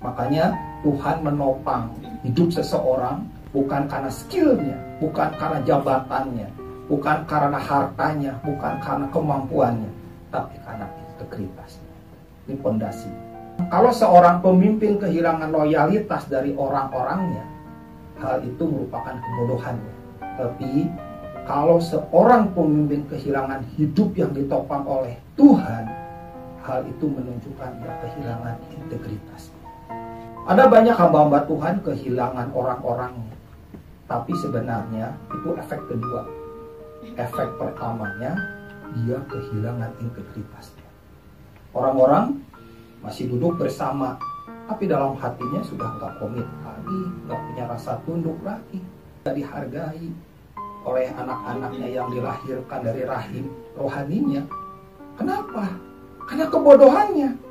Makanya Tuhan menopang hidup seseorang bukan karena skillnya, bukan karena jabatannya, bukan karena hartanya, bukan karena kemampuannya, tapi karena integritasnya. Ini pondasi. Kalau seorang pemimpin kehilangan loyalitas dari orang-orangnya, hal itu merupakan kebodohannya. Tapi kalau seorang pemimpin kehilangan hidup yang ditopang oleh Tuhan, hal itu menunjukkan ia kehilangan integritasnya. Ada banyak hamba-hamba Tuhan kehilangan orang-orangnya, tapi sebenarnya itu efek kedua. Efek pertamanya, dia kehilangan integritasnya. Orang-orang masih duduk bersama, tapi dalam hatinya sudah nggak komit lagi, nggak punya rasa tunduk lagi, nggak dihargai oleh anak-anaknya yang dilahirkan dari rahim rohaninya. Kenapa? Karena kebodohannya.